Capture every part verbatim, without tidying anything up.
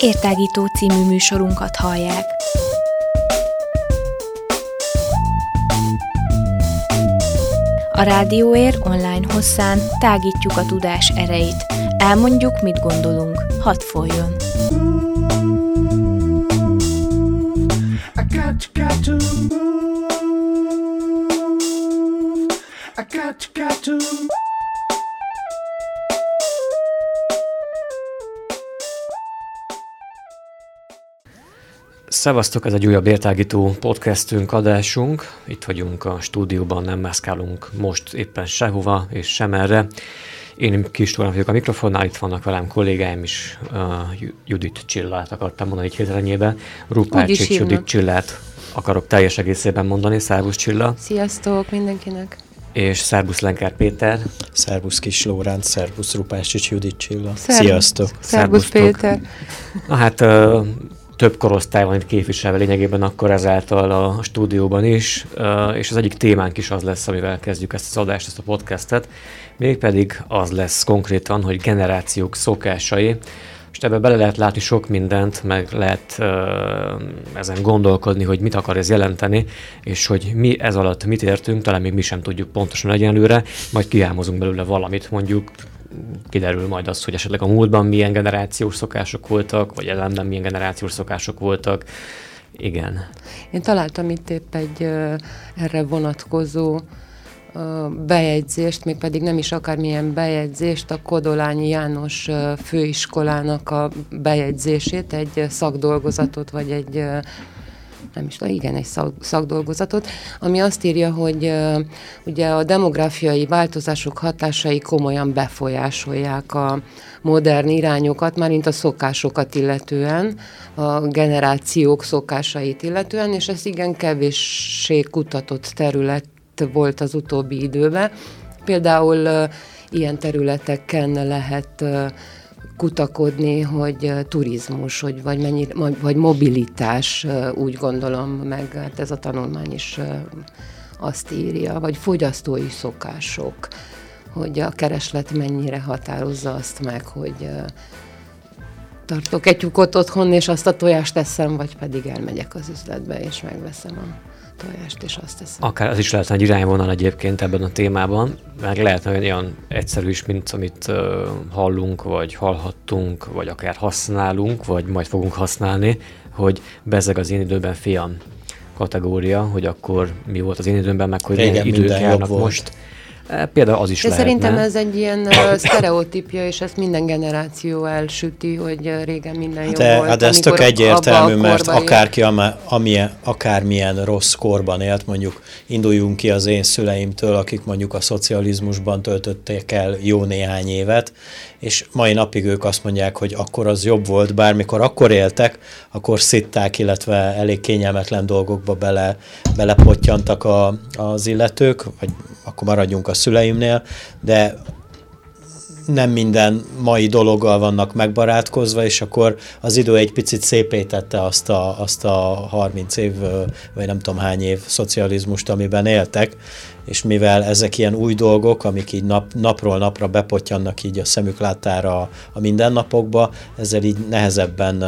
Értágító című műsorunkat hallják. A Rádióér online hosszán tágítjuk a tudás erejét. Elmondjuk, mit gondolunk. Hadd folyjon! Szevasztok, ez egy újabb értágító podcastünk, adásunk. Itt vagyunk a stúdióban, nem mászkálunk most éppen sehova és sem erre. Én Kis Tórán vagyok a mikrofonnál, itt vannak velem kollégáim is, uh, Judit Csillát akartam mondani így hirtelenjében. Rupácsit Judit Csillát akarok teljes egészében mondani. Szervusz Csilla! Sziasztok mindenkinek! És szervusz Lenkár Péter! Szervusz Kis Lóránc, szervusz Rupácsics Judit Csilla! Szervusz. Sziasztok! Szervusz Péter! Na hát... Uh, több korosztály van itt képviselve lényegében akkor ezáltal a stúdióban is, és az egyik témánk is az lesz, amivel kezdjük ezt az adást, ezt a podcastet, mégpedig az lesz konkrétan, hogy generációk szokásai. Most ebben bele lehet látni sok mindent, meg lehet uh, ezen gondolkodni, hogy mit akar ez jelenteni, és hogy mi ez alatt mit értünk, talán még mi sem tudjuk pontosan egyenlőre, majd kiálmozunk belőle valamit, mondjuk kiderül majd az, hogy esetleg a múltban milyen generációs szokások voltak, vagy jelenben milyen generációs szokások voltak. Igen. Én találtam itt épp egy uh, erre vonatkozó uh, bejegyzést, mégpedig nem is akármilyen bejegyzést, a Kodolányi János uh, főiskolának a bejegyzését, egy szakdolgozatot, vagy egy uh, nem is tudom, igen, egy szakdolgozatot, ami azt írja, hogy uh, ugye a demográfiai változások hatásai komolyan befolyásolják a modern irányokat, mármint a szokásokat illetően, a generációk szokásait illetően, és ez igen kevéssé kutatott terület volt az utóbbi időben. Például uh, ilyen területeken lehet uh, kutakodni, hogy uh, turizmus, hogy vagy, mennyi, vagy mobilitás, uh, úgy gondolom, meg hát ez a tanulmány is uh, azt írja, vagy fogyasztói szokások, hogy a kereslet mennyire határozza azt meg, hogy uh, tartok egy tyúkot otthon, és azt a tojást teszem, vagy pedig elmegyek az üzletbe, és megveszem a tojást, és azt teszem. Akár az is lehetne egy irányvonal egyébként ebben a témában, meg lehetne olyan egyszerű is, mint amit uh, hallunk, vagy hallhattunk, vagy akár használunk, vagy majd fogunk használni, hogy bezzeg az én időben fiam kategória, hogy akkor mi volt az én időmben, meg hogy régen milyen idők járnak most. Például az is de lehetne. Szerintem ez egy ilyen uh, sztereotípia, és ezt minden generáció elsüti, hogy uh, régen minden jobb de, volt. De ez tök egyértelmű, mert akárki, amilyen, akármilyen rossz korban élt, mondjuk induljunk ki az én szüleimtől, akik mondjuk a szocializmusban töltötték el jó néhány évet, és mai napig ők azt mondják, hogy akkor az jobb volt, bármikor akkor éltek, akkor szitták, illetve elég kényelmetlen dolgokba bele, belepottyantak a, az illetők, vagy akkor maradjunk a szüleimnél, de nem minden mai dologgal vannak megbarátkozva, és akkor az idő egy picit szépítette azt a, azt a harminc év, vagy nem tudom hány év szocializmust, amiben éltek, és mivel ezek ilyen új dolgok, amik így nap, napról napra bepottyannak így a szemük láttára a, a mindennapokba, ezzel így nehezebben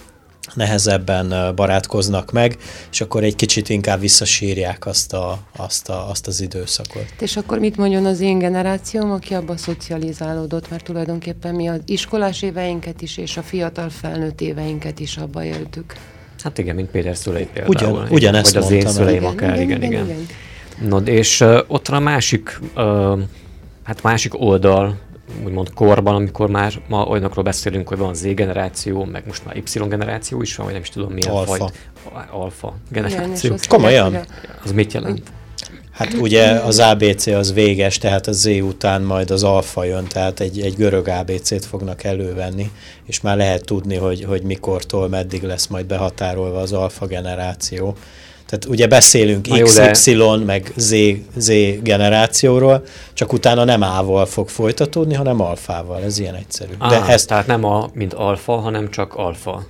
nehezebben barátkoznak meg, és akkor egy kicsit inkább visszasírják azt, a, azt, a, azt az időszakot. És akkor mit mondjon az én generációm, aki abba szocializálódott, mert tulajdonképpen mi az iskolás éveinket is, és a fiatal felnőtt éveinket is abba éltük. Hát igen, mint Péter szülei például. Ugyan, ugyanezt vagy az én szüleim igen, akár, igen, igen. igen. igen. No, és uh, ott van a másik, uh, hát másik oldal, úgymond korban, amikor már ma olyanokról beszélünk, hogy van Z-generáció, meg most már Y-generáció is van, vagy nem is tudom milyen alfa. fajt. Alfa generáció. Igen, komolyan? A... Az mit jelent? Hát ugye az á bé cé az véges, tehát a Z után majd az alfa jön, tehát egy, egy görög á bé cét fognak elővenni, és már lehet tudni, hogy, hogy mikortól meddig lesz majd behatárolva az alfa generáció. Tehát ugye beszélünk jó, iksz ipszilon, de... meg Z, Z generációról, csak utána nem A-val fog folytatódni, hanem alfával. Ez ilyen egyszerű. Ah, de ez... Tehát nem a, mint alfa, hanem csak alfa.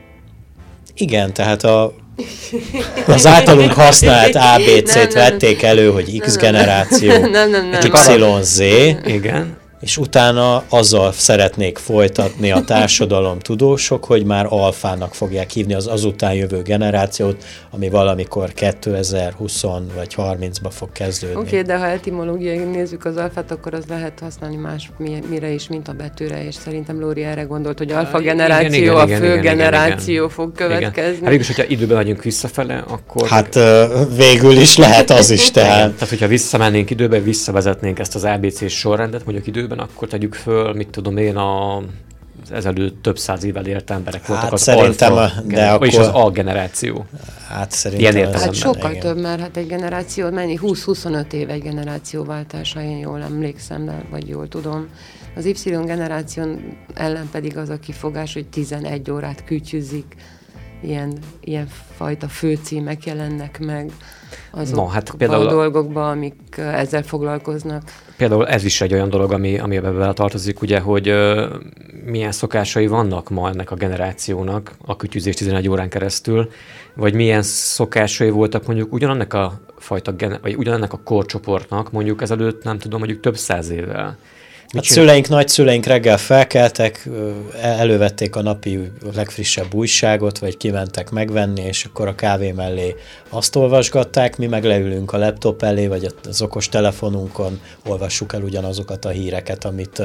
Igen, tehát a, az általunk használt á bé cét vették elő, hogy X generáció, nem, nem, nem. Y, Z. Igen. és utána azzal szeretnék folytatni a társadalom tudósok, hogy már alfának fogják hívni az azután jövő generációt, ami valamikor kétezer-húsz vagy harmincba fog kezdődni. Oké, okay, de ha etimológiai nézzük az alfát, akkor az lehet használni más mire is, mint a betűre, és szerintem Lóri erre gondolt, hogy alfa generáció, igen, igen, a fő igen, generáció igen, fog következni. Hát végülis, hogyha időben megyünk visszafele, akkor... Hát végül is lehet az is, tehát. Tehát, hogyha visszamennénk időbe, visszavezetnénk ezt az á bé cés sorrendet, mondjuk időben, akkor tegyük föl, mit tudom én, a ezelőtt több száz évvel élt emberek voltak hát az alfa, a, de akkor... vagyis az A generáció. Hát szerintem hát sokkal igen. több, mert hát egy generáció, mennyi? húsz-huszonöt év egy generációváltása, én jól emlékszem, de vagy jól tudom. Az Y generáció ellen pedig az a kifogás, hogy tizenegy órát kütyüzik, ilyen, ilyen fajta főcímek jelennek meg azokban no, hát például a dolgokban, amik ezzel foglalkoznak. Például ez is egy olyan dolog, ami, ami ebbe bele tartozik, ugye, hogy uh, milyen szokásai vannak ma ennek a generációnak a kütyüzés tizenegy órán keresztül, vagy milyen szokásai voltak mondjuk ugyanannak a fajta, vagy ugyanannak a korcsoportnak mondjuk ezelőtt, nem tudom, mondjuk több száz évvel. Hát szüleink, nagyszüleink reggel felkeltek, elővették a napi legfrissebb újságot, vagy kimentek megvenni, és akkor a kávé mellé azt olvasgatták, mi meg leülünk a laptop elé, vagy az okos telefonunkon, olvassuk el ugyanazokat a híreket, amit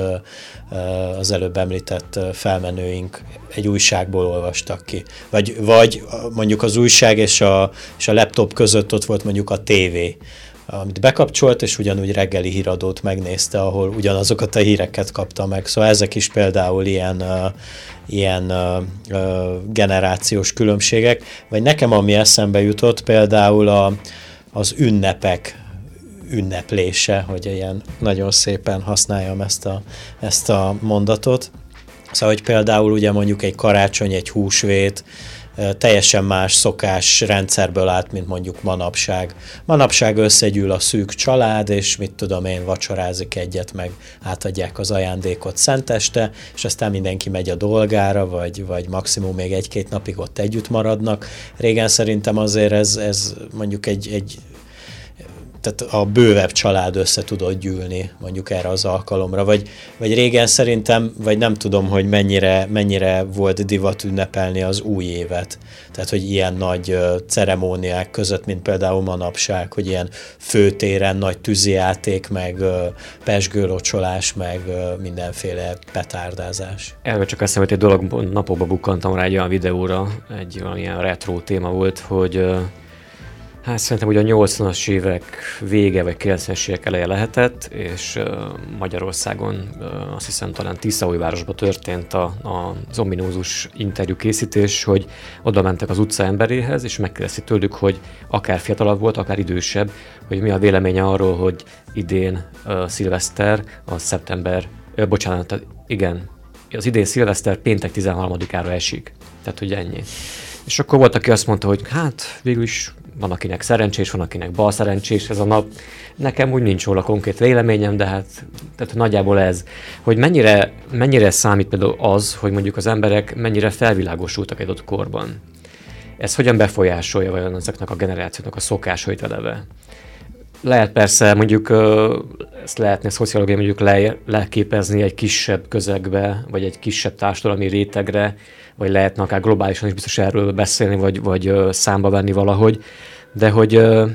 az előbb említett felmenőink egy újságból olvastak ki. Vagy, vagy mondjuk az újság és a, és a laptop között ott volt mondjuk a tévé, amit bekapcsolt, és ugyanúgy reggeli híradót megnézte, ahol ugyanazokat a híreket kapta meg. Szóval ezek is például ilyen, uh, ilyen uh, uh, generációs különbségek. Vagy nekem, ami eszembe jutott, például a, az ünnepek ünneplése, hogy ilyen nagyon szépen használjam ezt a, ezt a mondatot. Szóval, hogy például ugye mondjuk egy karácsony, egy húsvét, teljesen más szokás rendszerből állt, mint mondjuk manapság. Manapság összegyűl a szűk család, és mit tudom én, vacsorázik egyet, meg átadják az ajándékot szenteste, és aztán mindenki megy a dolgára, vagy, vagy maximum még egy-két napig ott együtt maradnak. Régen szerintem azért ez, ez mondjuk egy, egy tehát a bővebb család össze tudott gyűlni mondjuk erre az alkalomra, vagy, vagy régen szerintem, vagy nem tudom, hogy mennyire, mennyire volt divat ünnepelni az új évet. Tehát, hogy ilyen nagy uh, ceremóniák között, mint például manapság, hogy ilyen főtéren nagy tűzijáték, meg uh, pezsgőlocsolás, meg uh, mindenféle petárdázás. Erről csak eszembe, hogy egy dolog, napokba bukkantam rá egy olyan videóra, egy olyan retro téma volt, hogy uh, hát szerintem ugye a nyolcvanas évek vége, vagy kilencvenes évek eleje lehetett, és uh, Magyarországon uh, azt hiszem talán Tiszaújvárosban történt a, a, az ominózus interjú készítés, hogy oda mentek az utca emberéhez, és megkérdezték tőlük, hogy akár fiatalabb volt, akár idősebb, hogy mi a véleménye arról, hogy idén uh, szilveszter, a szeptember, uh, bocsánat, igen, az idén szilveszter péntek tizenharmadikára esik. Tehát, hogy ennyi. És akkor volt, aki azt mondta, hogy hát végül is van, akinek szerencsés, van, akinek bal szerencsés ez a nap. Nekem úgy nincs róla konkrét véleményem, de hát tehát nagyjából ez, hogy mennyire, mennyire számít például az, hogy mondjuk az emberek mennyire felvilágosultak egy adott korban. Ez hogyan befolyásolja vajon ezeknek a generációknak a szokásait eleve? Lehet persze mondjuk, ezt lehetne szociológiai mondjuk le, leképezni egy kisebb közegbe, vagy egy kisebb társadalmi rétegre, vagy lehetne akár globálisan is biztos erről beszélni, vagy, vagy számba venni valahogy, de hogy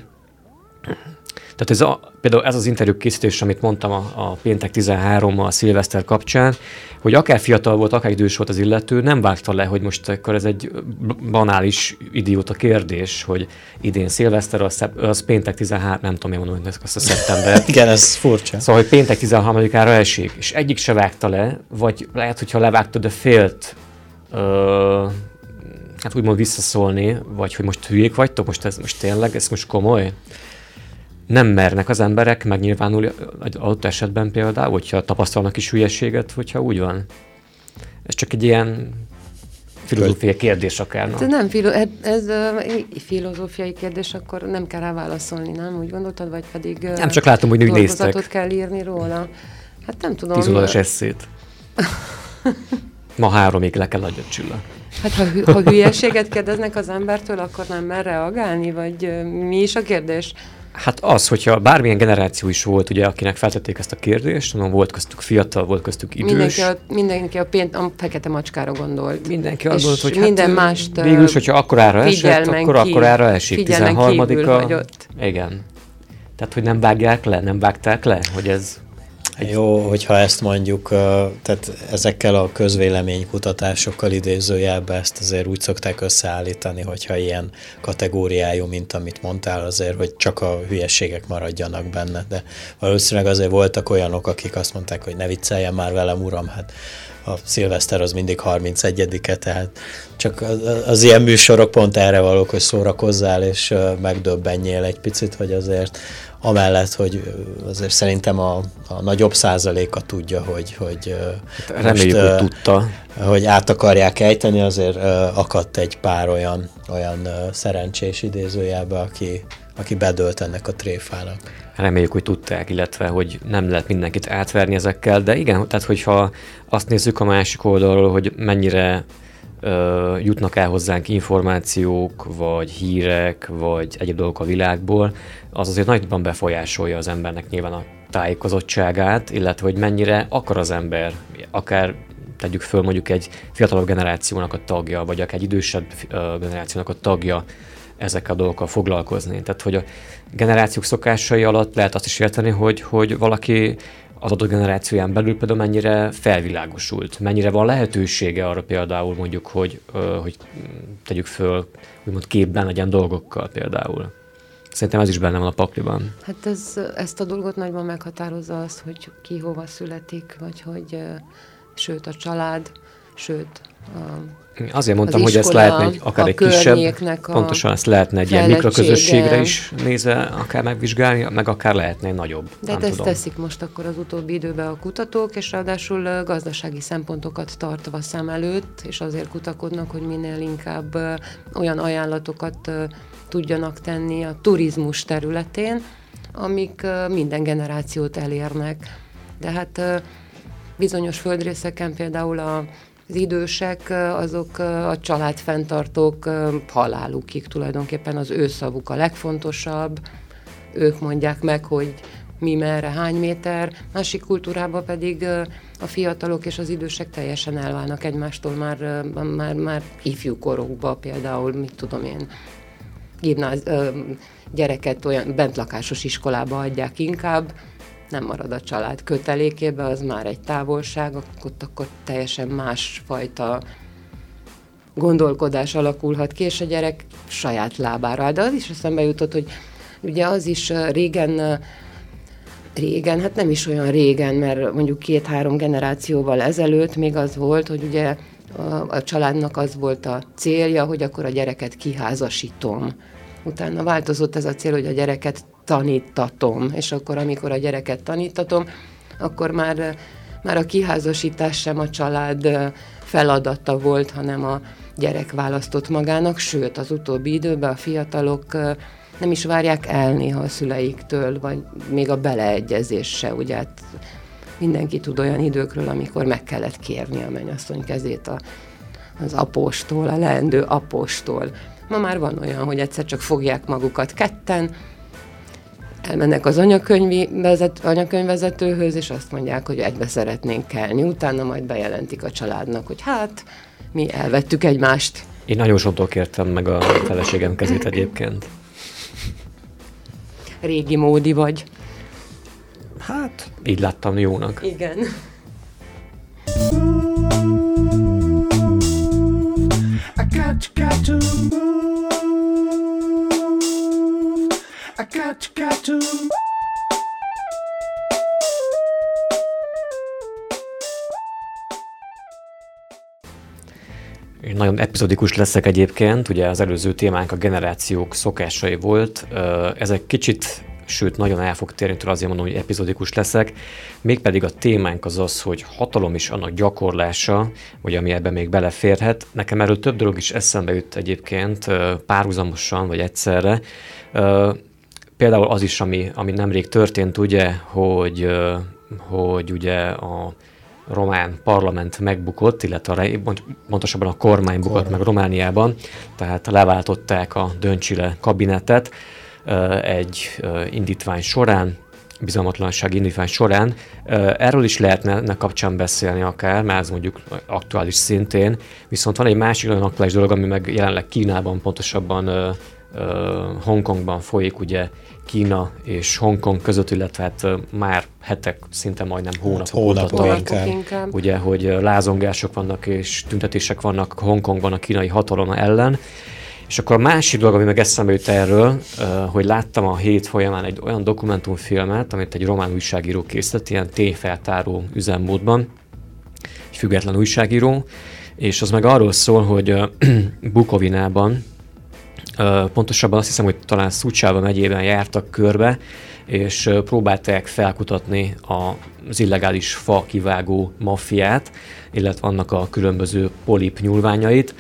tehát ez a, például ez az interjú készítés, amit mondtam a, a péntek tizenhárommal a szilveszter kapcsán, hogy akár fiatal volt, akár idős volt az illető, nem vágta le, hogy most akkor ez egy banális idióta kérdés, hogy idén szilveszter, az, az péntek tizenhárom, nem tudom, én mondom, hogy azt a szeptember. Igen, ez furcsa. Szóval, hogy péntek tizenharmadikára esik, és egyik se vágta le, vagy lehet, hogyha levágta, de félt ö, hát úgymond visszaszólni, vagy hogy most hülyék vagytok, most ez most tényleg, ez most komoly? Nem mernek az emberek megnyilvánulni egy adott esetben például, hogyha tapasztalnak is hülyeséget, hogyha úgy van. Ez csak egy ilyen filozófiai kérdés akár. Ez nem filo- ez, ez filozófiai kérdés, akkor nem kell rá válaszolni, nem? Úgy gondoltad, vagy pedig nem, csak látom, hogy úgy néztek. Dolgozatot kell írni róla. Hát nem tudom. Tíz oldalas esszét. Ma háromig le kell adjad Csilla. Hát ha, ha hülyeséget kérdeznek az embertől, akkor nem mer reagálni, vagy mi is a kérdés? Hát az, hogyha bármilyen generáció is volt, ugye, akinek feltették ezt a kérdést, mondom, volt köztük fiatal, volt köztük idős. Mindenki a, mindenki a, pént, a fekete macskára gondolt. Mindenki azt gondolt, hogy minden hát mást végülis, hogyha akkorára esett, akkor akkorára esik. tizenharmadika Igen. Tehát, hogy nem vágják le, nem vágták le, hogy ez... Egy... Jó, hogyha ezt mondjuk, tehát ezekkel a közvéleménykutatásokkal idézőjelben ezt azért úgy szokták összeállítani, hogyha ilyen kategóriájú, mint amit mondtál, azért, hogy csak a hülyeségek maradjanak benne, de valószínűleg azért voltak olyanok, akik azt mondták, hogy ne vicceljen már velem, uram, hát a szilveszter az mindig harmincegyedike, tehát csak az, az ilyen műsorok pont erre valók, hogy szórakozzál, és megdöbbenjél egy picit, hogy azért amellett, hogy azért szerintem a, a nagyobb százaléka tudja, hogy, hogy reméljük, most, hogy tudta. Hogy át akarják ejteni, azért akadt egy pár olyan, olyan szerencsés idézőjelbe, aki, aki bedőlt ennek a tréfának. Reméljük, hogy tudták, illetve, hogy nem lehet mindenkit átverni ezekkel, de igen, tehát hogyha azt nézzük a másik oldalról, hogy mennyire ö, jutnak el hozzánk információk, vagy hírek, vagy egyéb dolgok a világból, az azért nagyban befolyásolja az embernek nyilván a tájékozottságát, illetve, hogy mennyire akar az ember, akár tegyük föl mondjuk egy fiatalabb generációnak a tagja, vagy akár egy idősebb ö, generációnak a tagja, ezekkel a dolgokkal foglalkozni. Tehát, hogy a generációk szokásai alatt lehet azt is érteni, hogy, hogy valaki az adott generációján belül például mennyire felvilágosult, mennyire van lehetősége arra például mondjuk, hogy, hogy tegyük föl, úgymond képben legyen dolgokkal például. Szerintem ez is benne van a pakliban. Hát ez, ezt a dolgot nagyban meghatározza az, hogy ki hova születik, vagy hogy sőt a család, sőt a Azért mondtam, hogy ezt lehetne egy, akár egy kisebb, pontosan ezt lehetne egy ilyen mikroközösségre is nézve akár megvizsgálni, meg akár lehetne egy nagyobb. De ezt tudom. teszik most akkor az utóbbi időben a kutatók, és ráadásul gazdasági szempontokat tartva szem előtt, és azért kutakodnak, hogy minél inkább olyan ajánlatokat tudjanak tenni a turizmus területén, amik minden generációt elérnek. De hát bizonyos földrészeken például a az idősek, azok a családfenntartók halálukig tulajdonképpen az ő szavuk a legfontosabb. Ők mondják meg, hogy mi merre, hány méter. Másik kultúrában pedig a fiatalok és az idősek teljesen elválnak egymástól már, már, már ifjú korokban, például, mit tudom én, gimnáz, gyereket olyan bentlakásos iskolába adják inkább, nem marad a család kötelékébe, az már egy távolság, ott akkor teljesen másfajta gondolkodás alakulhat ki, és a gyerek saját lábára áll. De az is eszembe jutott, hogy ugye az is régen, régen, hát nem is olyan régen, mert mondjuk két-három generációval ezelőtt még az volt, hogy ugye a, a családnak az volt a célja, hogy akkor a gyereket kiházasítom. Utána változott ez a cél, hogy a gyereket tanítatom, és akkor, amikor a gyereket tanítatom, akkor már, már a kiházasítás sem a család feladata volt, hanem a gyerek választott magának, sőt, az utóbbi időben a fiatalok nem is várják el néha a szüleiktől, vagy még a beleegyezés se, ugye hát mindenki tud olyan időkről, amikor meg kellett kérni a mennyasszony kezét a, az apóstól, a leendő apóstól. Ma már van olyan, hogy egyszer csak fogják magukat ketten, elmennek az anyakönyvi vezet, anyakönyvvezetőhöz, és azt mondják, hogy egybe szeretnénk kelni. Utána majd bejelentik a családnak, hogy hát, mi elvettük egymást. Én nagyon soktól kértem meg a feleségem kezét egyébként. Régi módi vagy. Hát, így láttam jónak. Igen. I got you, got to move. I got you, got to move. Én nagyon epizodikus leszek egyébként, ugye az előző témánk a generációk szokásai volt. Ezek kicsit, sőt nagyon el fog térni, tőle azért mondom, hogy epizodikus leszek. Mégpedig a témánk az az, hogy hatalom is annak gyakorlása, vagy ami ebben még beleférhet. Nekem erről több dolog is eszembe jut egyébként párhuzamosan, vagy egyszerre. Például az is, ami, ami nemrég történt, ugye, hogy, hogy ugye a román parlament megbukott, illetve pontosabban a kormány bukott meg Romániában, tehát leváltották a Döncsile kabinetet. egy indítvány során, bizalmatlanság indítvány során. Erről is lehetne ennek kapcsán beszélni akár, már ez mondjuk aktuális szintén, viszont van egy másik olyan aktuális dolog, ami meg jelenleg Kínában, pontosabban uh, uh, Hongkongban folyik, ugye Kína és Hongkong között, illetve hát uh, már hetek, szinte majdnem hónapok óta tart. Ugye, hogy lázongások vannak és tüntetések vannak Hongkongban a kínai hatalom ellen. És akkor a másik dolog, ami meg eszembe jut erről, hogy láttam a hét folyamán egy olyan dokumentumfilmet, amit egy román újságíró készített, ilyen tényfeltáró üzemmódban, egy független újságíró, és az meg arról szól, hogy Bukovinában, pontosabban azt hiszem, hogy talán Szucsába megyében jártak körbe, és próbálták felkutatni az illegális fa kivágó maffiát, illetve annak a különböző polip nyúlványait,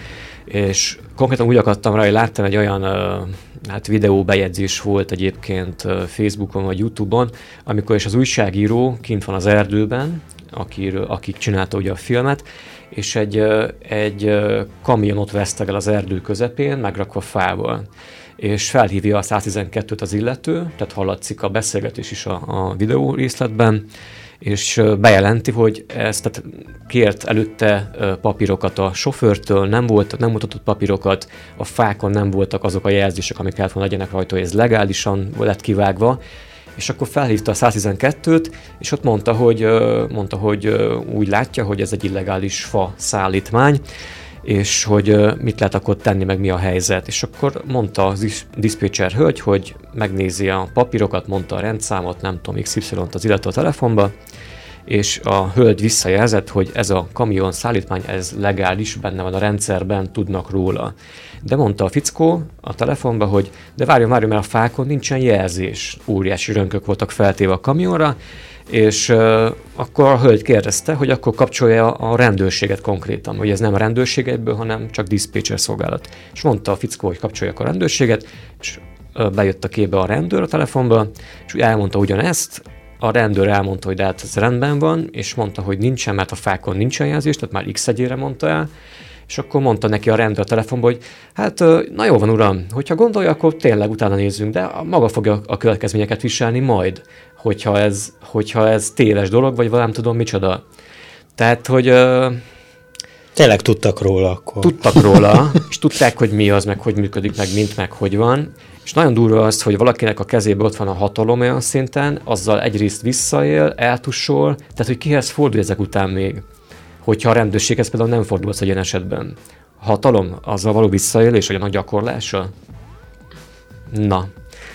és konkrétan úgy akadtam rá, hogy láttam egy olyan uh, hát videóbejegyzés volt egyébként uh, Facebookon vagy YouTube-on, amikor is az újságíró kint van az erdőben, akiről, akik csinálta ugye a filmet, és egy, uh, egy uh, kamionot vesztegel az erdő közepén, megrakva fával. És felhívja a száztizenkettőt az illető, tehát hallatszik a beszélgetés is a, a videó részletben, és bejelenti, hogy ezt tehát kért előtte papírokat a sofőrtől, nem volt, nem mutatott papírokat, a fákon nem voltak azok a jelzések, amik kellett volna legyenek rajta, hogy ez legálisan lett kivágva, és akkor felhívta a száztizenkettőt, és ott mondta, hogy, mondta, hogy úgy látja, hogy ez egy illegális fa szállítmány, és hogy mit lehet akkor tenni, meg mi a helyzet. És akkor mondta a diszpécser hölgy, hogy megnézi a papírokat, mondta a rendszámot, nem tudom, iksz ipszilont az illető a telefonba, és a hölgy visszajelzett, hogy ez a kamion szállítmány, ez legális, benne van a rendszerben, tudnak róla. De mondta a fickó a telefonba, hogy de várjon, várjon, mert a fákon nincsen jelzés. Óriási rönkök voltak feltéve a kamionra, és uh, akkor a hölgy kérdezte, hogy akkor kapcsolja a rendőrséget konkrétan, hogy ez nem a rendőrség egyből, hanem csak diszpécser szolgálat. És mondta a fickó, hogy kapcsolják a rendőrséget, és uh, bejött a képbe a rendőr a telefonba, és úgy elmondta ugyanezt, a rendőr elmondta, hogy de hát ez rendben van, és mondta, hogy nincsen, mert a fákon nincsen jelzés, tehát már x egyére mondta el, és akkor mondta neki a rendőr a telefonba, hogy hát na jó van uram, hogyha gondolja, akkor tényleg utána nézzünk, de maga fogja a következményeket viselni majd, hogyha ez, hogyha ez téves dolog, vagy nem tudom micsoda. Tehát, hogy... Uh, tényleg tudtak róla akkor. Tudtak róla, és tudták, hogy mi az, meg hogy működik, meg mint, meg hogy van. És nagyon durva az, hogy valakinek a kezében ott van a hatalom olyan szinten, azzal egyrészt visszaél, eltussol, tehát hogy kihez fordul ezek után még, hogyha a rendőrséghez például nem fordulsz egy ilyen esetben. A hatalom, azzal való visszaélés, vagy a nagy gyakorlása? Na.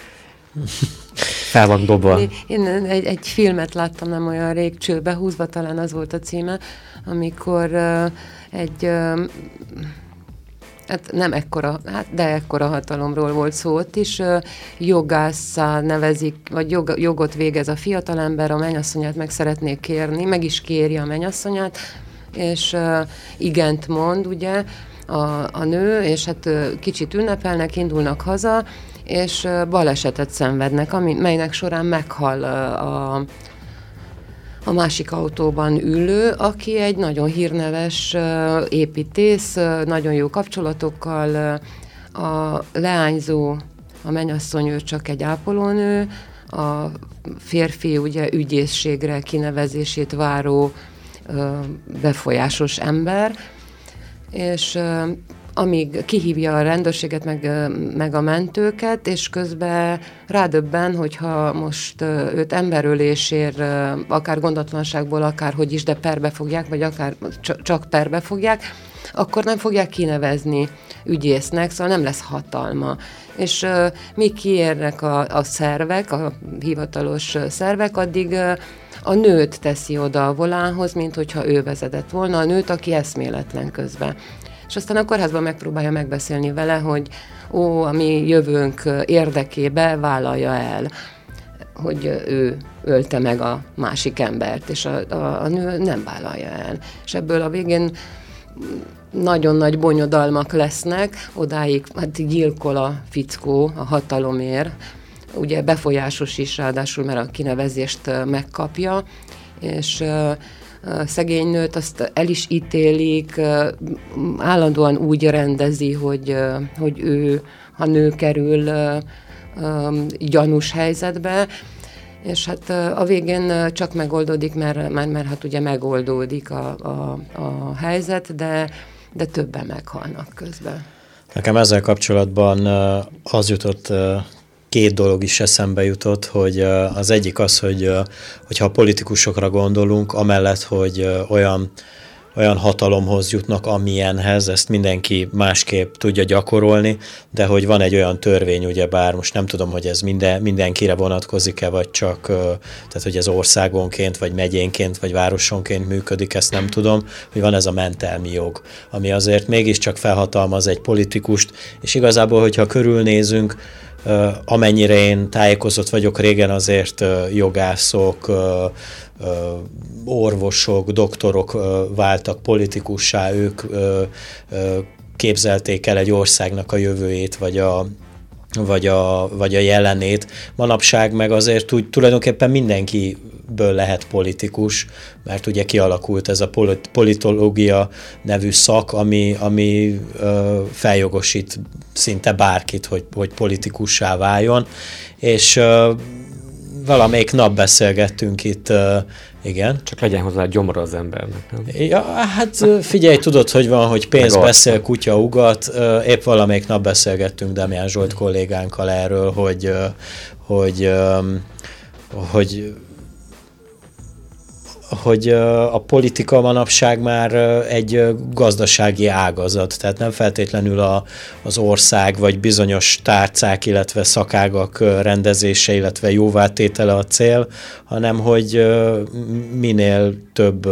Fel van dobva. Én egy, egy filmet láttam nem olyan rég, Csőbe húzva, talán az volt a címe, amikor uh, egy... Uh, hát nem ekkora, hát de ekkora hatalomról volt szó, ott is uh, jogásszá nevezik, vagy jog, jogot végez a fiatalember, a mennyasszonyát meg szeretné kérni, meg is kéri a mennyasszonyát, és uh, igent mond, ugye, a, a nő, és hát uh, kicsit ünnepelnek, indulnak haza, és uh, balesetet szenvednek, ami, melynek során meghal uh, a a másik autóban ülő, aki egy nagyon hírneves uh, építész, uh, nagyon jó kapcsolatokkal, uh, a leányzó, a mennyasszony, ő csak egy ápolónő, a férfi ugye ügyészségre kinevezését váró uh, befolyásos ember, és uh, amíg kihívja a rendőrséget, meg, meg a mentőket, és közben rádöbben, hogyha most őt emberölésért, akár gondatlanságból, akár hogy is, de perbe fogják, vagy akár csak perbe fogják, akkor nem fogják kinevezni ügyésznek, szóval nem lesz hatalma. És uh, míg kiérnek a, a szervek, a hivatalos szervek, addig uh, a nőt teszi oda a volánhoz, mint hogyha ő vezetett volna, a nőt, aki eszméletlen közben. És aztán a kórházban megpróbálja megbeszélni vele, hogy ó, a mi jövőnk érdekébe vállalja el, hogy ő ölte meg a másik embert, és a, a, a nő nem vállalja el. És ebből a végén nagyon nagy bonyodalmak lesznek, odáig hát gyilkol a fickó a hatalomért, ugye befolyásos is, ráadásul, mert a kinevezést megkapja, és szegény nőt, azt el is ítélik, állandóan úgy rendezi, hogy, hogy ő, ha nő kerül gyanús helyzetbe, és hát a végén csak megoldódik, mert, mert, mert hát ugye megoldódik a, a, a helyzet, de, de többen meghalnak közben. Nekem ezzel kapcsolatban az jutott, két dolog is eszembe jutott, hogy az egyik az, hogy hogyha a politikusokra gondolunk, amellett, hogy olyan olyan hatalomhoz jutnak, amilyenhez, ezt mindenki másképp tudja gyakorolni, de hogy van egy olyan törvény, ugyebár most nem tudom, hogy ez minden, mindenkire vonatkozik-e, vagy csak, tehát hogy ez országonként, vagy megyénként, vagy városonként működik, ezt nem tudom, hogy van ez a mentelmi jog, ami azért mégiscsak felhatalmaz egy politikust, és igazából, hogyha körülnézünk, amennyire én tájékozott vagyok, régen azért jogászok, orvosok, doktorok váltak politikussá, ők képzelték el egy országnak a jövőjét, vagy a, vagy a, vagy a jelenét. Manapság meg azért úgy tulajdonképpen mindenkiből lehet politikus, mert ugye kialakult ez a polit- politológia nevű szak, ami, ami ö, feljogosít szinte bárkit, hogy, hogy politikussá váljon, és ö, valamelyik nap beszélgettünk itt, uh, igen. Csak legyen hozzá gyomra az embernek, nem? Ja, hát figyelj, tudod, hogy van, hogy pénz Meg beszél, arca. Kutya ugat. Uh, épp valamelyik nap beszélgettünk Demián Zsolt kollégánkkal erről, hogy, uh, hogy, um, hogy hogy a politika manapság már egy gazdasági ágazat, tehát nem feltétlenül a, az ország vagy bizonyos tárcák, illetve szakágak rendezése, illetve jóvátétele a cél, hanem hogy minél több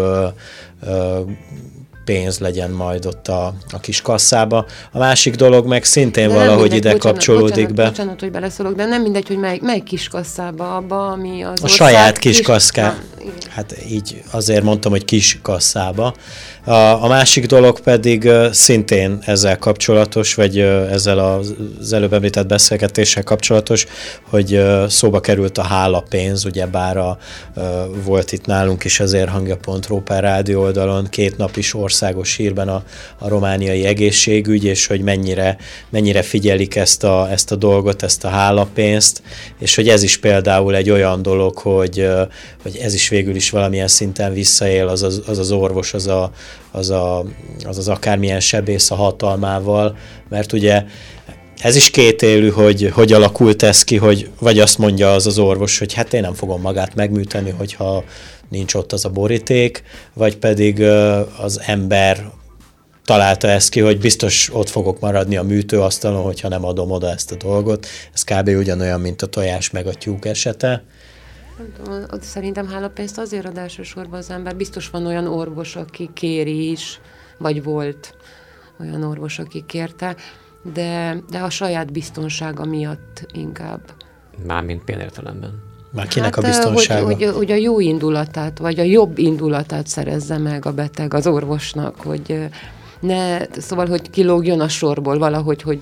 pénz legyen majd ott a, a kis kasszába. A másik dolog meg szintén valahogy mindegy, ide bocsánat, kapcsolódik bocsánat, be. Bocsánat, hogy beleszólok, de nem mindegy, hogy mely, mely kis kasszába, abba, ami az A saját kis, kis kaszká. Hát így azért mondtam, hogy kis kasszába. A, a másik dolog pedig uh, szintén ezzel kapcsolatos, vagy uh, ezzel az előbb említett beszélgetéssel kapcsolatos, hogy uh, szóba került a hálapénz, ugyebár a, uh, volt itt nálunk is az érhangja pont ru per rádió oldalon két nap is országos hírben a, a romániai egészségügy, és hogy mennyire, mennyire figyelik ezt a, ezt a dolgot, ezt a hálapénzt, és hogy ez is például egy olyan dolog, hogy, uh, hogy ez is végül is valamilyen szinten visszaél az az, az, az orvos, az a az, a, az az akármilyen sebész a hatalmával, mert ugye ez is kétélű, hogy hogy alakult ez ki, hogy vagy azt mondja az az orvos, hogy hát én nem fogom magát megműteni, hogyha nincs ott az a boríték, vagy pedig az ember találta ezt ki, hogy biztos ott fogok maradni a műtőasztalon, hogyha nem adom oda ezt a dolgot. Ez kb. Ugyanolyan, mint a tojás meg a tyúk esete. Nem tudom, szerintem hálapénzt azért ad elsősorban az ember. Biztos van olyan orvos, aki kéri is, vagy volt olyan orvos, aki kérte, de, de a saját biztonsága miatt inkább. Mármint milyen értelemben? Már kinek hát, a biztonsága? Hogy, hogy, hogy a jó indulatát, vagy a jobb indulatát szerezze meg a beteg az orvosnak, hogy ne, szóval, hogy kilógjon a sorból valahogy, hogy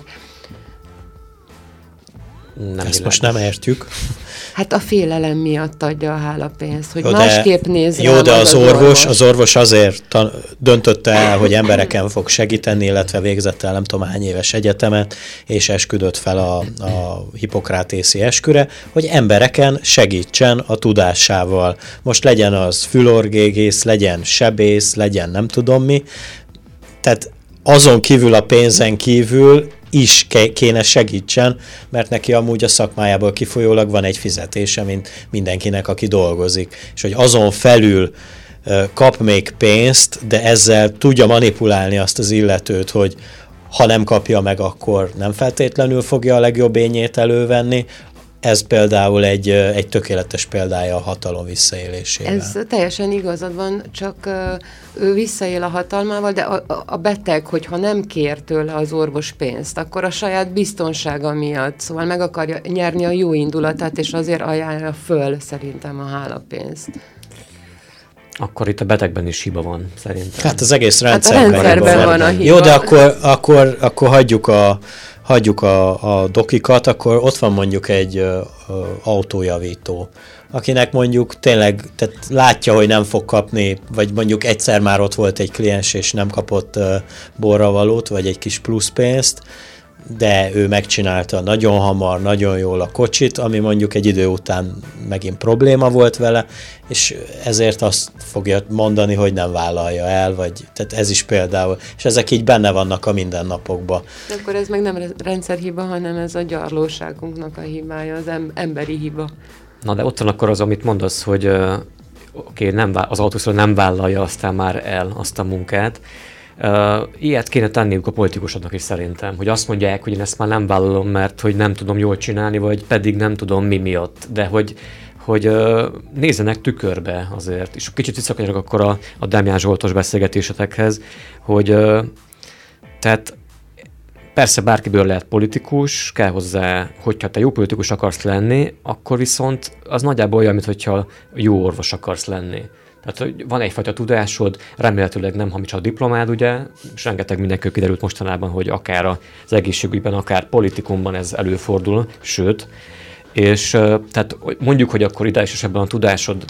nem Ezt világos. Most nem értjük. Hát a félelem miatt adja a hálapénzt, hogy jó, másképp néz Jó, de az, az orvos, orvos, az orvos azért tan- döntötte el, hogy embereken fog segíteni, illetve végzett el nem tudom hány éves egyetemet, és esküdött fel a, a hipokrátészi esküre, hogy embereken segítsen a tudásával. Most legyen az fülorgégész, legyen sebész, legyen nem tudom mi. Tehát azon kívül, a pénzen kívül is kéne segítsen, mert neki amúgy a szakmájából kifolyólag van egy fizetése, mint mindenkinek, aki dolgozik. És hogy azon felül kap még pénzt, de ezzel tudja manipulálni azt az illetőt, hogy ha nem kapja meg, akkor nem feltétlenül fogja a legjobb ényét elővenni. Ez például egy, egy tökéletes példája a hatalom visszaélésével. Ez teljesen igazad van, csak ő visszaél a hatalmával, de a, a beteg, hogyha nem kér tőle az orvos pénzt, akkor a saját biztonsága miatt, szóval meg akarja nyerni a jó indulatát, és azért ajánlja föl szerintem a hálapénzt. Akkor itt a betegben is hiba van, szerintem. Hát az egész rendszerben, hát a rendszerben van a hiba. Jó, de akkor, akkor, akkor hagyjuk a hagyjuk a, a dokikat, akkor ott van mondjuk egy ö, ö, autójavító, akinek mondjuk tényleg tehát látja, hogy nem fog kapni, vagy mondjuk egyszer már ott volt egy kliens, és nem kapott ö, borravalót, vagy egy kis pluszpénzt, de ő megcsinálta nagyon hamar, nagyon jól a kocsit, ami mondjuk egy idő után megint probléma volt vele, és ezért azt fogja mondani, hogy nem vállalja el, vagy tehát ez is például, és ezek így benne vannak a mindennapokban. De akkor ez meg nem rendszerhiba, hanem ez a gyarlóságunknak a hibája, az em- emberi hiba. Na de ott van akkor az, amit mondasz, hogy uh, oké, okay, az autószor nem vállalja aztán már el azt a munkát. Uh, ilyet kéne tenniük a politikusoknak is szerintem, hogy azt mondják, hogy én ezt már nem vállalom, mert hogy nem tudom jól csinálni, vagy pedig nem tudom mi miatt, de hogy, hogy uh, nézzenek tükörbe azért. És kicsit visszakanyarodok akkor a, a Demján Zsoltos beszélgetésetekhez, hogy uh, tehát persze bárkiből lehet politikus, kell hozzá, hogyha te jó politikus akarsz lenni, akkor viszont az nagyjából olyan, mintha jó orvos akarsz lenni. Tehát van egyfajta tudásod, remélhetőleg nem hamis a diplomád, ugye, és rengeteg mindenki kiderült mostanában, hogy akár az egészségügyben, akár politikumban ez előfordul, sőt, és tehát mondjuk, hogy akkor ideálisabban a tudásod,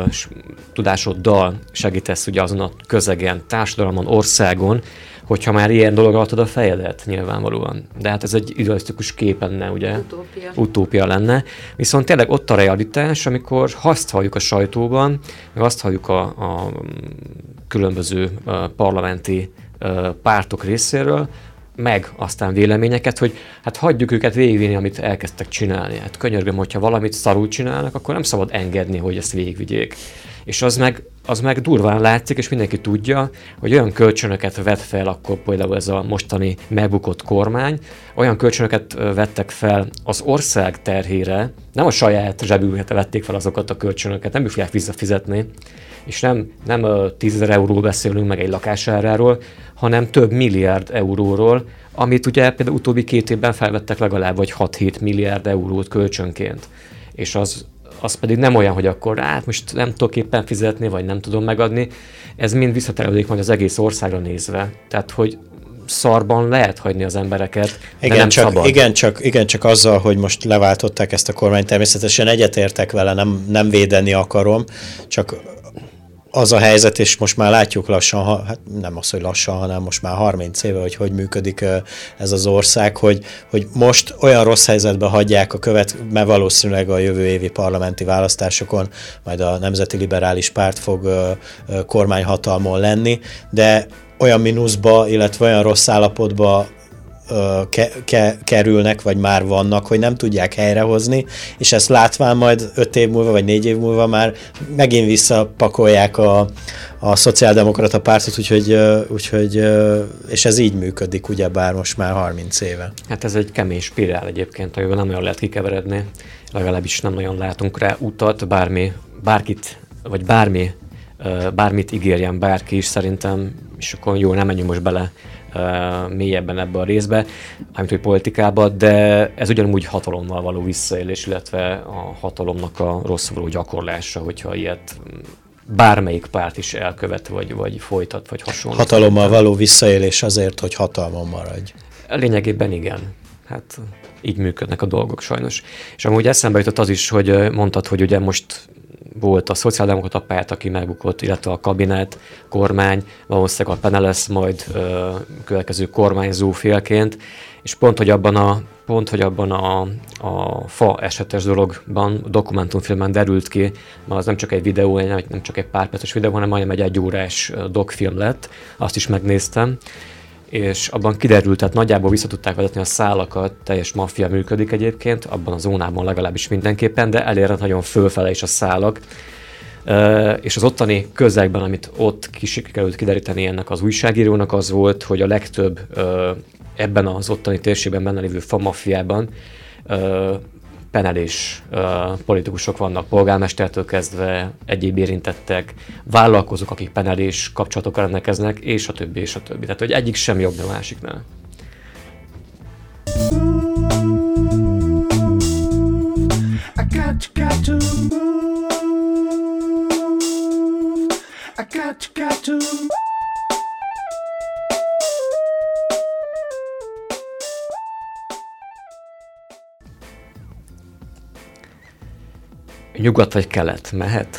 tudásoddal segítesz ugye azon a közegen, társadalomon, országon, hogyha már ilyen dolog alattad a fejedet, nyilvánvalóan. De hát ez egy idealisztikus kép lenne, ugye? Utópia. Utópia lenne. Viszont tényleg ott a realitás, amikor azt halljuk a sajtóban, meg azt halljuk a, a különböző a parlamenti a pártok részéről, meg aztán véleményeket, hogy hát hagyjuk őket végigvinni, amit elkezdtek csinálni. Hát könyörgöm, hogyha valamit szarul csinálnak, akkor nem szabad engedni, hogy ezt végigvigyék. És az meg, az meg durván látszik, és mindenki tudja, hogy olyan kölcsönöket vett fel akkor például ez a mostani megbukott kormány, olyan kölcsönöket vettek fel az ország terhére, nem a saját zsebükre vették fel azokat a kölcsönöket, nem fogják visszafizetni, és nem, nem tízezer euróról beszélünk meg egy lakásáráról, hanem több milliárd euróról, amit ugye például utóbbi két évben felvettek legalább vagy hat-hét milliárd eurót kölcsönként. És az az pedig nem olyan, hogy akkor hát most nem tudok éppen fizetni, vagy nem tudom megadni. Ez mind visszaterelődik majd az egész országra nézve. Tehát, hogy szarban lehet hagyni az embereket, igen, de nem csak, szabad. Igen csak, igen, csak azzal, hogy most leváltották ezt a kormányt, természetesen egyetértek vele, nem, nem védeni akarom, csak az a helyzet, és most már látjuk lassan, ha, hát nem az, hogy lassan, hanem most már harminc éve, hogy hogy működik ez az ország, hogy, hogy most olyan rossz helyzetbe hagyják a követ, mert valószínűleg a jövő évi parlamenti választásokon majd a Nemzeti Liberális Párt fog kormányhatalmon lenni, de olyan mínuszba, illetve olyan rossz állapotba Ke- ke- kerülnek, vagy már vannak, hogy nem tudják helyrehozni, és ezt látván majd öt év múlva, vagy négy év múlva már megint visszapakolják a, a szociáldemokrata pártot, úgyhogy, úgyhogy, és ez így működik, ugyebár most már harminc éve. Hát ez egy kemény spirál egyébként, amivel nem olyan lehet kikeveredni, legalábbis nem nagyon látunk rá utat, bármi, bárkit, vagy bármi, bármit ígérjen bárki is szerintem, és akkor jó, nem menjünk most bele Uh, mélyebben ebbe a részbe, amit hogy politikába, de ez ugyanúgy hatalommal való visszaélés, illetve a hatalomnak a rossz való gyakorlása, hogyha ilyet bármelyik párt is elkövet, vagy, vagy folytat, vagy hasonló. Hatalommal való visszaélés azért, hogy hatalmon maradj. Lényegében igen. Hát így működnek a dolgok sajnos. És amúgy eszembe jutott az is, hogy mondtad, hogy ugye most volt a szociáldemokrata párt, aki megbukott, illetve a kabinet, kormány, valószínűleg a Pene lesz majd ö, következő kormányzó félként, és pont, hogy abban a, pont, hogy abban a, a fa esetes dologban, a dokumentumfilmen derült ki, mert az nem csak egy videó, nem csak egy pár perces videó, hanem majdnem egy egyórás dokfilm lett, azt is megnéztem, és abban kiderült, tehát nagyjából vissza tudták vezetni a szálakat, teljes maffia működik egyébként, abban a zónában legalábbis mindenképpen, de elérhet nagyon fölfele is a szálak. Uh, és az ottani közegben, amit ott sikerült kideríteni ennek az újságírónak, az volt, hogy a legtöbb uh, ebben az ottani térségben benne lévő famaffiában uh, penelés uh, politikusok vannak, polgármestertől kezdve egyéb érintettek, vállalkozók, akik penelés kapcsolatokkal rendelkeznek, és a többi, és a többi. Tehát, hogy egyik sem jobb, a másiknál. I got you, got to move. I got you, got to Nyugat vagy kelet? Mehet?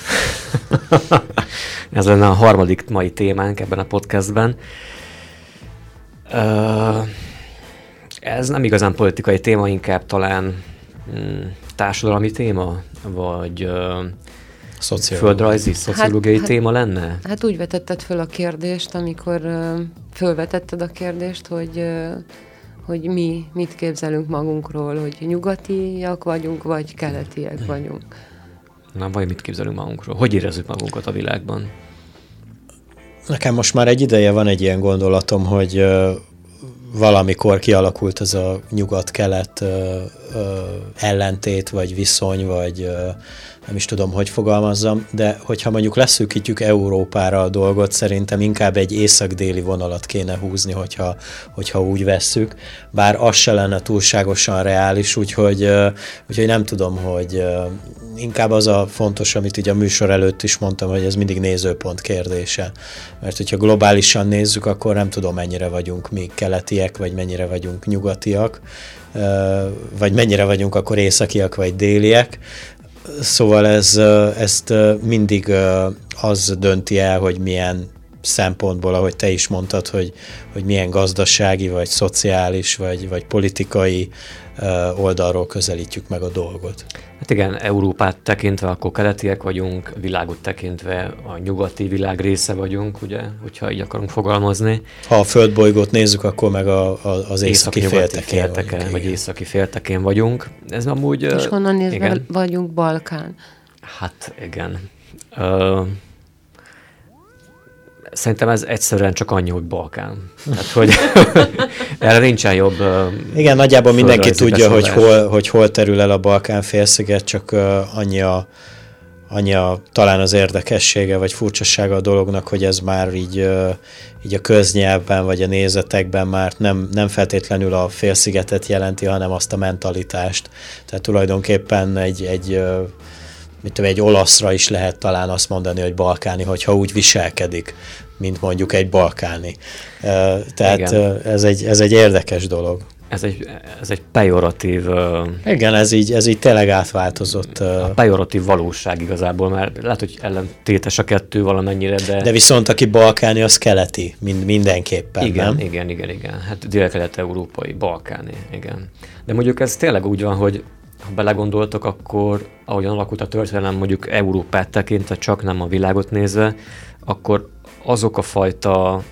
Ez lenne a harmadik mai témánk ebben a podcastben. Ez nem igazán politikai téma, inkább talán mm, társadalmi téma, vagy uh, földrajzi, szociológiai hát, téma lenne? Hát úgy vetetted föl a kérdést, amikor uh, fölvetetted a kérdést, hogy, uh, hogy mi mit képzelünk magunkról, hogy nyugatiak vagyunk, vagy keletiek vagyunk. Na, vagy mit képzelünk magunkról? Hogy érezzük magunkat a világban? Nekem most már egy ideje van egy ilyen gondolatom, hogy uh, valamikor kialakult ez a nyugat-kelet ö, ö, ellentét, vagy viszony, vagy ö, nem is tudom, hogy fogalmazzam, de hogyha mondjuk leszűkítjük Európára a dolgot, szerintem inkább egy észak-déli vonalat kéne húzni, hogyha, hogyha úgy vesszük, bár az se lenne túlságosan reális, úgyhogy, ö, úgyhogy nem tudom, hogy ö, inkább az a fontos, amit így a műsor előtt is mondtam, hogy ez mindig nézőpont kérdése. Mert hogyha globálisan nézzük, akkor nem tudom, mennyire vagyunk mi keletiek, vagy mennyire vagyunk nyugatiak, vagy mennyire vagyunk akkor északiak, vagy déliek. Szóval ez, ezt mindig az dönti el, hogy milyen szempontból, ahogy te is mondtad, hogy, hogy milyen gazdasági, vagy szociális, vagy, vagy politikai oldalról közelítjük meg a dolgot. Hát igen, Európát tekintve akkor keletiek vagyunk, világot tekintve a nyugati világ része vagyunk, ugye, hogyha így akarunk fogalmazni. Ha a földbolygót nézzük, akkor meg a, a, az északi féltekén félteke, vagyunk. Vagy északi féltekén vagyunk. Ez amúgy... És honnan nézve igen. vagyunk Balkán? Hát igen. Uh, Szerintem ez egyszerűen csak annyi, hogy Balkán. Tehát, hogy erre nincsen jobb. Igen, nagyjából mindenki tudja, hogy hol, hogy hol terül el a Balkán-félsziget, csak uh, annyi, a, annyi a, talán az érdekessége, vagy furcsasága a dolognak, hogy ez már így, uh, így a köznyelvben, vagy a nézetekben már nem, nem feltétlenül a félszigetet jelenti, hanem azt a mentalitást. Tehát tulajdonképpen egy, egy uh, mit tudom, egy olaszra is lehet talán azt mondani, hogy balkáni, hogyha úgy viselkedik, mint mondjuk egy balkáni. Tehát igen. ez egy, ez egy érdekes dolog. Ez egy, ez egy pejoratív... Igen, ez így, ez így tényleg átváltozott. A pejoratív valóság igazából, mert lehet, hogy ellentétes a kettő valamennyire, de... De viszont aki balkáni, az keleti, mind, mindenképpen, igen, nem? Igen, igen, igen. Hát dél-kelet-európai, balkáni, igen. De mondjuk ez tényleg úgy van, hogy ha belegondoltok, akkor ahogyan alakult a történelem, mondjuk Európát tekintve, csak nem a világot nézve, akkor azok a fajta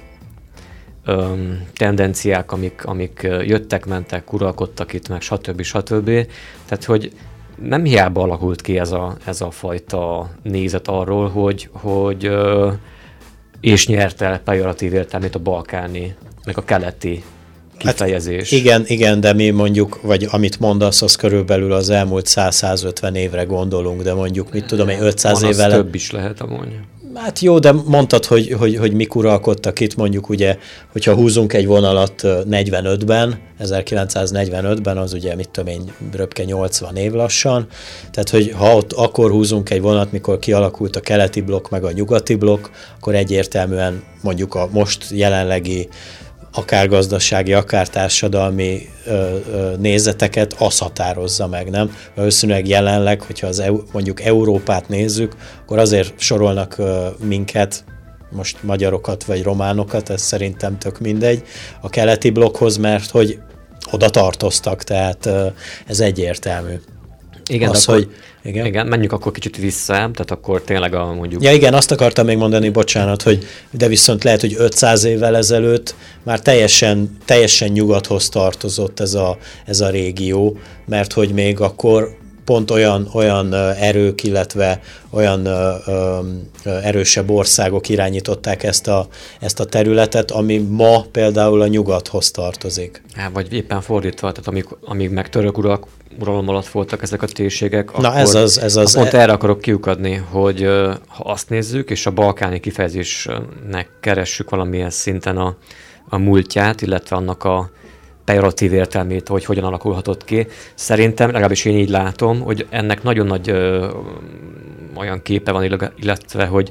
öm, tendenciák, amik, amik jöttek, mentek, uralkodtak itt, meg stb. stb. Tehát, hogy nem hiába alakult ki ez a, ez a fajta nézet arról, hogy, hogy ö, és nyert el pejoratív értelmét a balkáni, meg a keleti kifejezés. Hát igen, igen, de mi mondjuk, vagy amit mondasz, az körülbelül az elmúlt száz-százötven évre gondolunk, de mondjuk, mit tudom én, ötszáz van, évvel... több is lehet amúgy. Hát jó, de mondtad, hogy, hogy, hogy mik uralkodtak itt, mondjuk ugye, hogyha húzunk egy vonalat negyvenötben, ezerkilencszáznegyvenötben, az ugye, mit tudom én, röpke nyolcvan év lassan, tehát, hogy ha ott akkor húzunk egy vonat, mikor kialakult a keleti blokk, meg a nyugati blokk, akkor egyértelműen mondjuk a most jelenlegi akár gazdasági, akár társadalmi ö, ö, nézeteket az határozza meg, nem? Valószínűleg jelenleg, hogyha az EU, mondjuk Európát nézzük, akkor azért sorolnak ö, minket, most magyarokat vagy románokat, ez szerintem tök mindegy, a keleti blokkhoz, mert hogy oda tartoztak, tehát ö, ez egyértelmű. Igen, az, akkor, hogy, igen? igen, menjünk akkor kicsit vissza, tehát akkor tényleg a mondjuk... Ja igen, azt akartam még mondani, bocsánat, hogy de viszont lehet, hogy ötszáz évvel ezelőtt már teljesen, teljesen nyugathoz tartozott ez a, ez a régió, mert hogy még akkor pont olyan, olyan erők, illetve olyan ö, ö, erősebb országok irányították ezt a, ezt a területet, ami ma például a nyugathoz tartozik. Há, vagy éppen fordítva, tehát amíg, amíg meg török urak, uralom alatt voltak ezek a térségek, Na akkor ez az, ez az pont erre akarok kiukadni, hogy ha azt nézzük, és a balkáni kifejezésnek keressük valamilyen szinten a, a múltját, illetve annak a pejoratív értelmét, hogy hogyan alakulhatott ki. Szerintem, legalábbis én így látom, hogy ennek nagyon nagy ö, olyan képe van, illetve, hogy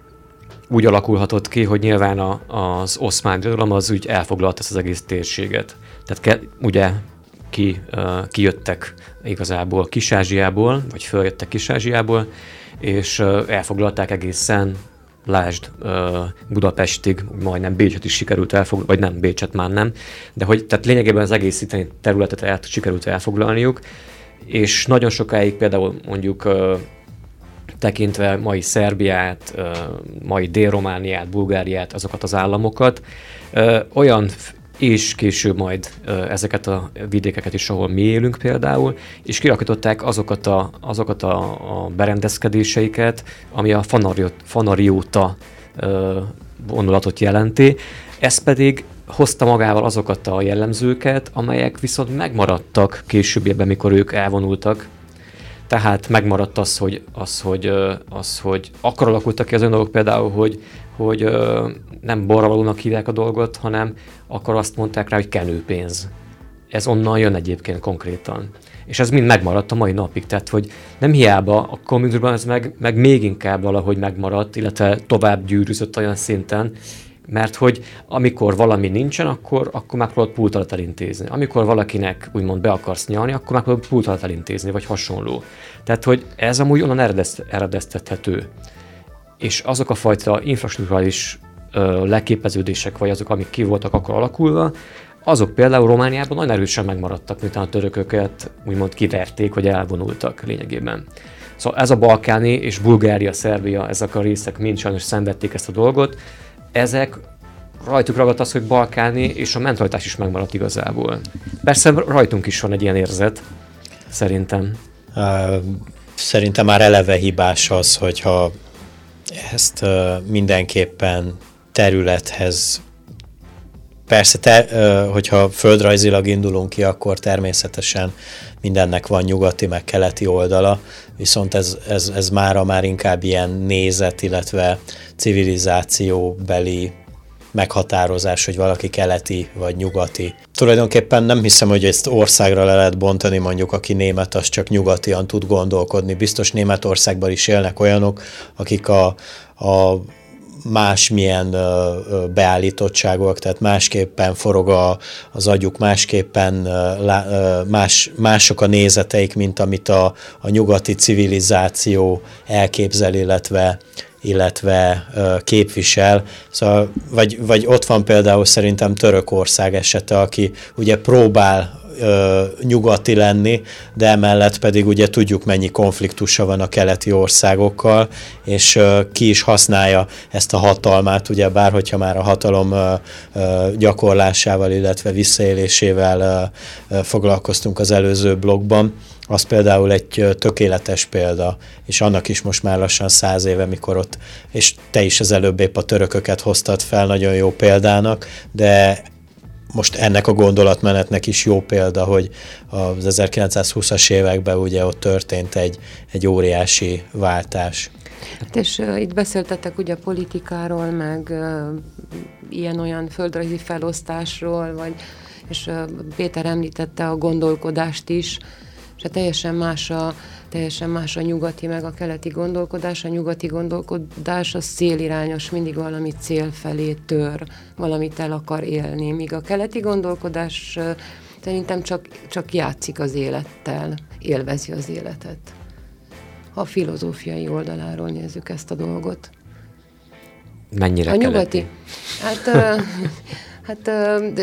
úgy alakulhatott ki, hogy nyilván a, az oszmán birodalom az úgy elfoglalta ezt az egész térséget. Tehát ke, ugye ki, kijöttek igazából Kis-Ázsiából, vagy följöttek Kis-Ázsiából, és elfoglalták egészen, lásd, Budapestig, majdnem Bécset is sikerült elfoglalni, vagy nem, Bécset már nem, de hogy tehát lényegében az egész itteni területet el, sikerült elfoglalniuk, és nagyon sokáig például mondjuk tekintve mai Szerbiát, mai Dél-Romániát, Bulgáriát, azokat az államokat, olyan és később majd ezeket a vidékeket is, ahol mi élünk például, és kialakították azokat a, azokat a, a berendezkedéseiket, ami a fanariot, fanarióta vonulatot jelenti. Ez pedig hozta magával azokat a jellemzőket, amelyek viszont megmaradtak későbbiekben, mikor ők elvonultak. Tehát megmaradt az, hogy, az, hogy, az, hogy akkor alakultak ki az olyan dolgok például, hogy, hogy nem borravalónak hívják a dolgot, hanem akkor azt mondták rá, hogy kenőpénz. Ez onnan jön egyébként konkrétan. És ez mind megmaradt a mai napig. Tehát, hogy nem hiába a kommunizmusban ez meg, meg még inkább valahogy megmaradt, illetve tovább gyűrűzött olyan szinten, mert hogy amikor valami nincsen, akkor, akkor megpróbálod pult alatt elintézni. Amikor valakinek úgymond be akarsz nyalni, akkor megpróbálod pult alatt elintézni, vagy hasonló. Tehát, hogy ez amúgy onnan eredeszt, eredeztethető. És azok a fajta infrastrukturális ö, leképeződések, vagy azok, amik ki voltak akkor alakulva, azok például Romániában nagyon erősen megmaradtak, miután a törököket úgymond kiverték, vagy elvonultak lényegében. Szóval ez a balkáni és Bulgária, Szerbia, ezek a részek mind sajnos szenvedték ezt a dolgot. Ezek rajtuk ragadt az, hogy balkáni, és a mentalitás is megmaradt igazából. Persze rajtunk is van egy ilyen érzet, szerintem. Szerintem már eleve hibás az, hogyha ezt mindenképpen területhez, persze, te, hogyha földrajzilag indulunk ki, akkor természetesen mindennek van nyugati, meg keleti oldala, viszont ez, ez, ez mára már inkább ilyen nézet, illetve civilizációbeli meghatározás, hogy valaki keleti vagy nyugati. Tulajdonképpen nem hiszem, hogy ezt országra le lehet bontani, mondjuk aki német, az csak nyugatian tud gondolkodni. Biztos Németországban is élnek olyanok, akik a, a másmilyen beállítottságok, tehát másképpen forog a, az agyuk, másképpen más, mások a nézeteik, mint amit a, a nyugati civilizáció elképzel, illetve illetve uh, képvisel. Szóval, vagy, vagy ott van például szerintem Törökország esete, aki ugye próbál uh, nyugati lenni, de emellett pedig ugye tudjuk, mennyi konfliktusa van a keleti országokkal, és uh, ki is használja ezt a hatalmát, ugye bár hogyha már a hatalom uh, uh, gyakorlásával, illetve visszaélésével uh, uh, foglalkoztunk az előző blogban. Az például egy tökéletes példa, és annak is most már lassan száz éve, mikor ott, és te is az előbb épp a törököket hoztad fel nagyon jó példának, de most ennek a gondolatmenetnek is jó példa, hogy az ezerkilencszázhúszas években ugye ott történt egy, egy óriási váltás. Hát és uh, itt beszéltetek ugye a politikáról, meg uh, ilyen-olyan földrajzi felosztásról, vagy, és uh, Péter említette a gondolkodást is, és teljesen más, a, teljesen más a nyugati meg a keleti gondolkodás. A nyugati gondolkodás az célirányos, mindig valami cél felé tör, valamit el akar élni, míg a keleti gondolkodás szerintem csak, csak játszik az élettel, élvezi az életet. Ha a filozófiai oldaláról nézzük ezt a dolgot. Mennyire a keleti? Nyugati, hát... Hát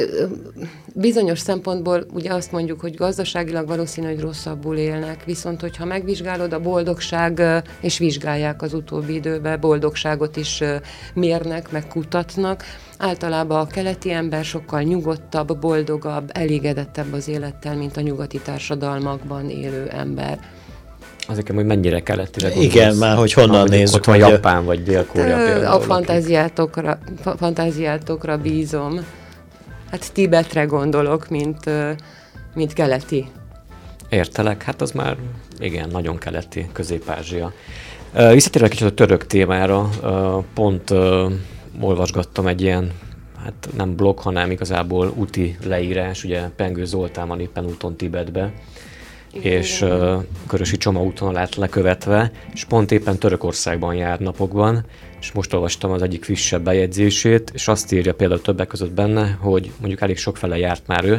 bizonyos szempontból ugye azt mondjuk, hogy gazdaságilag valószínű, hogy rosszabbul élnek, viszont hogyha megvizsgálod a boldogság, és vizsgálják az utóbbi időben, boldogságot is mérnek, meg kutatnak, általában a keleti ember sokkal nyugodtabb, boldogabb, elégedettebb az élettel, mint a nyugati társadalmakban élő ember. Azért, hogy mennyire keletire gondolsz. Igen, már hogy honnan ah, nézzük. Ott van Japán vagy Dél-Korea például. A fantáziátokra, fantáziátokra bízom. Hát Tibetre gondolok, mint, mint keleti. Értelek, hát az már igen, nagyon keleti, Közép-Ázsia. Visszatérve kicsit a török témára, pont olvasgattam egy ilyen, hát nem blog, hanem igazából úti leírás, ugye Pengő Zoltán van éppen úton Tibetbe, igen, és uh, Körösi Csoma úton lát lekövetve, és pont éppen Törökországban jár napokban, és most olvastam az egyik frissebb bejegyzését, és azt írja például többek között benne, hogy mondjuk elég sokfele járt már ő,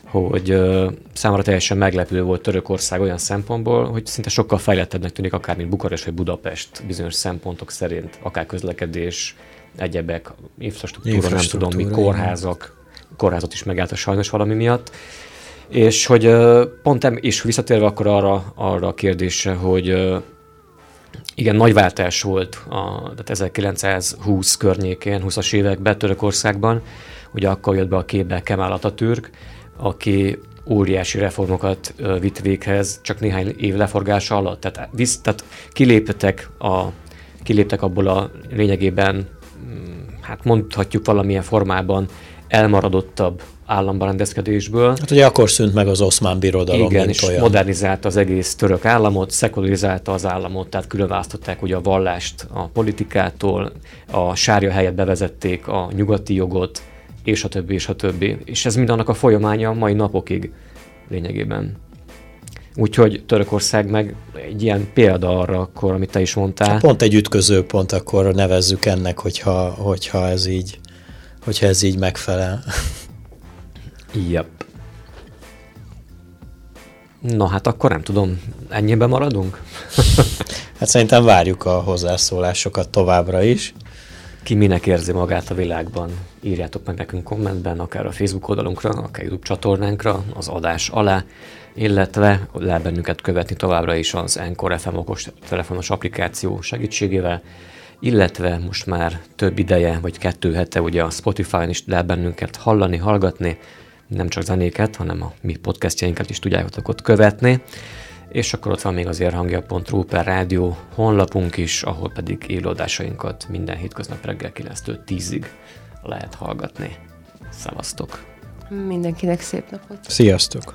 hogy uh, számomra teljesen meglepő volt Törökország olyan szempontból, hogy szinte sokkal fejlettebbnek tűnik akár, mint Bukarest vagy Budapest bizonyos szempontok szerint, akár közlekedés, egyebek, infrastruktúra, infrastruktúra nem tudom mi, kórházak, kórházat is megállta sajnos valami miatt. És hogy uh, pont em, és visszatérve akkor arra, arra a kérdésre, hogy uh, igen, nagy váltás volt a, tehát ezerkilencszázhúsz környékén, húszas években Törökországban, ugye akkor jött be a képbe Kemal Atatürk, aki óriási reformokat uh, vitt véghez csak néhány év leforgása alatt. Tehát, visz, tehát kiléptek, a, kiléptek abból a lényegében, hát mondhatjuk valamilyen formában elmaradottabb államberendezkedésből. Hát ugye akkor szűnt meg az Oszmán Birodalom, igen, mint és olyan. modernizálta az egész török államot, szekularizálta az államot, tehát különválasztották ugye a vallást a politikától, a sárja helyett bevezették a nyugati jogot, és a többi, és a többi. És ez mind annak a folyamánya mai napokig lényegében. Úgyhogy Törökország meg egy ilyen példa arra, akkor, amit te is mondtál. Pont egy ütköző pont, akkor nevezzük ennek, hogyha, hogyha, ez, így, hogyha ez így megfelel. Yep. Na hát akkor nem tudom, ennyiben maradunk? Hát szerintem várjuk a hozzászólásokat továbbra is. Ki minek érzi magát a világban, írjátok meg nekünk kommentben, akár a Facebook oldalunkra, akár YouTube csatornánkra, az adás alá, illetve lehet bennünket követni továbbra is az Anchor ef em okos telefonos applikáció segítségével, illetve most már több ideje, vagy kettő hete ugye a Spotify-on is lehet bennünket hallani, hallgatni, nem csak zenéket, hanem a mi podcastjainkat is tudjátok ott követni. És akkor ott van még az érhangja pont ru per rádió honlapunk is, ahol pedig élőadásainkat minden hétköznap reggel kilenctől tízig lehet hallgatni. Szevasztok! Mindenkinek szép napot! Sziasztok!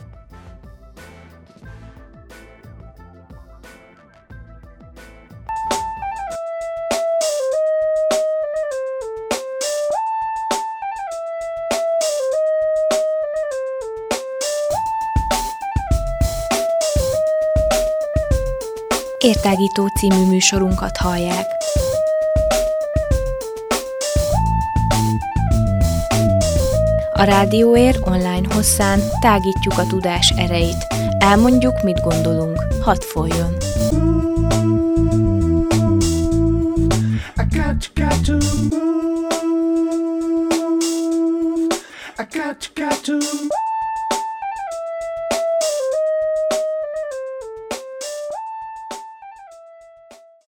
Értágító című műsorunkat hallják. A Rádióér online hosszán tágítjuk a tudás erejét. Elmondjuk, mit gondolunk. Hadd folyjon! I got, got to move. I got, got to move.